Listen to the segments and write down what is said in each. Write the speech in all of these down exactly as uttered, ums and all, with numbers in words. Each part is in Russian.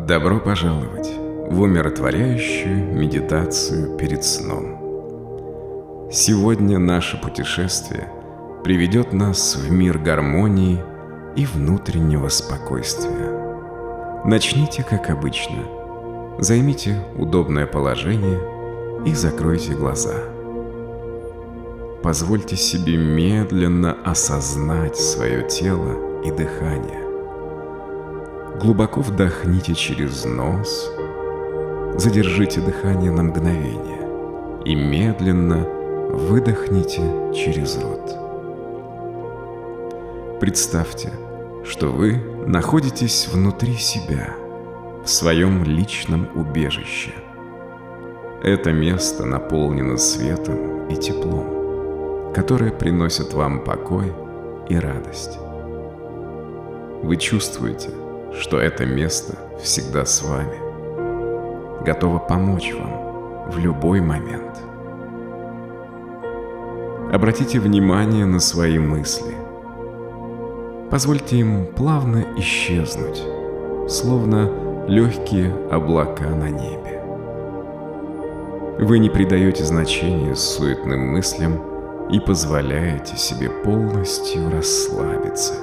Добро пожаловать в умиротворяющую медитацию перед сном. Сегодня наше путешествие приведет нас в мир гармонии и внутреннего спокойствия. Начните, как обычно. Займите удобное положение и закройте глаза. Позвольте себе медленно осознать свое тело и дыхание. Глубоко вдохните через нос, задержите дыхание на мгновение и медленно выдохните через рот. Представьте, что вы находитесь внутри себя, в своем личном убежище. Это место наполнено светом и теплом, которые приносят вам покой и радость. Вы чувствуете, что это место всегда с вами, готово помочь вам в любой момент. Обратите внимание на свои мысли. Позвольте им плавно исчезнуть, словно легкие облака на небе. Вы не придаете значения суетным мыслям и позволяете себе полностью расслабиться.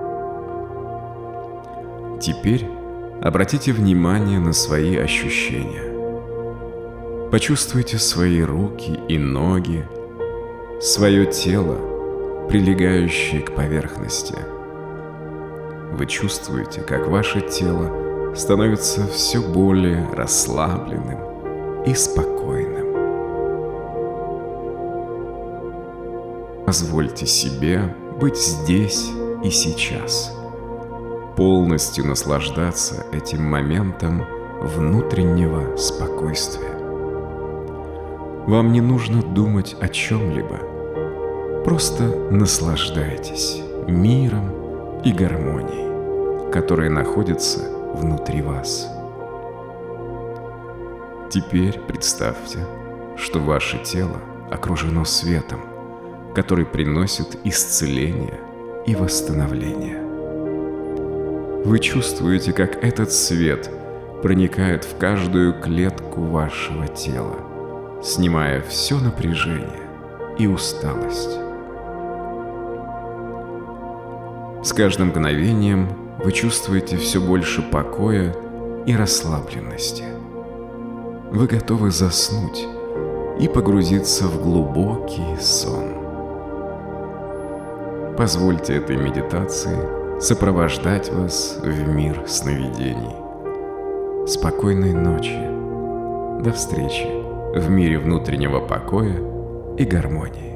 Теперь обратите внимание на свои ощущения. Почувствуйте свои руки и ноги, свое тело, прилегающее к поверхности. Вы чувствуете, как ваше тело становится все более расслабленным и спокойным. Позвольте себе быть здесь и сейчас, полностью наслаждаться этим моментом внутреннего спокойствия. Вам не нужно думать о чем-либо. Просто наслаждайтесь миром и гармонией, которые находятся внутри вас. Теперь представьте, что ваше тело окружено светом, который приносит исцеление и восстановление. Вы чувствуете, как этот свет проникает в каждую клетку вашего тела, снимая все напряжение и усталость. С каждым мгновением вы чувствуете все больше покоя и расслабленности. Вы готовы заснуть и погрузиться в глубокий сон. Позвольте этой медитации сопровождать вас в мир сновидений. Спокойной ночи. До встречи в мире внутреннего покоя и гармонии.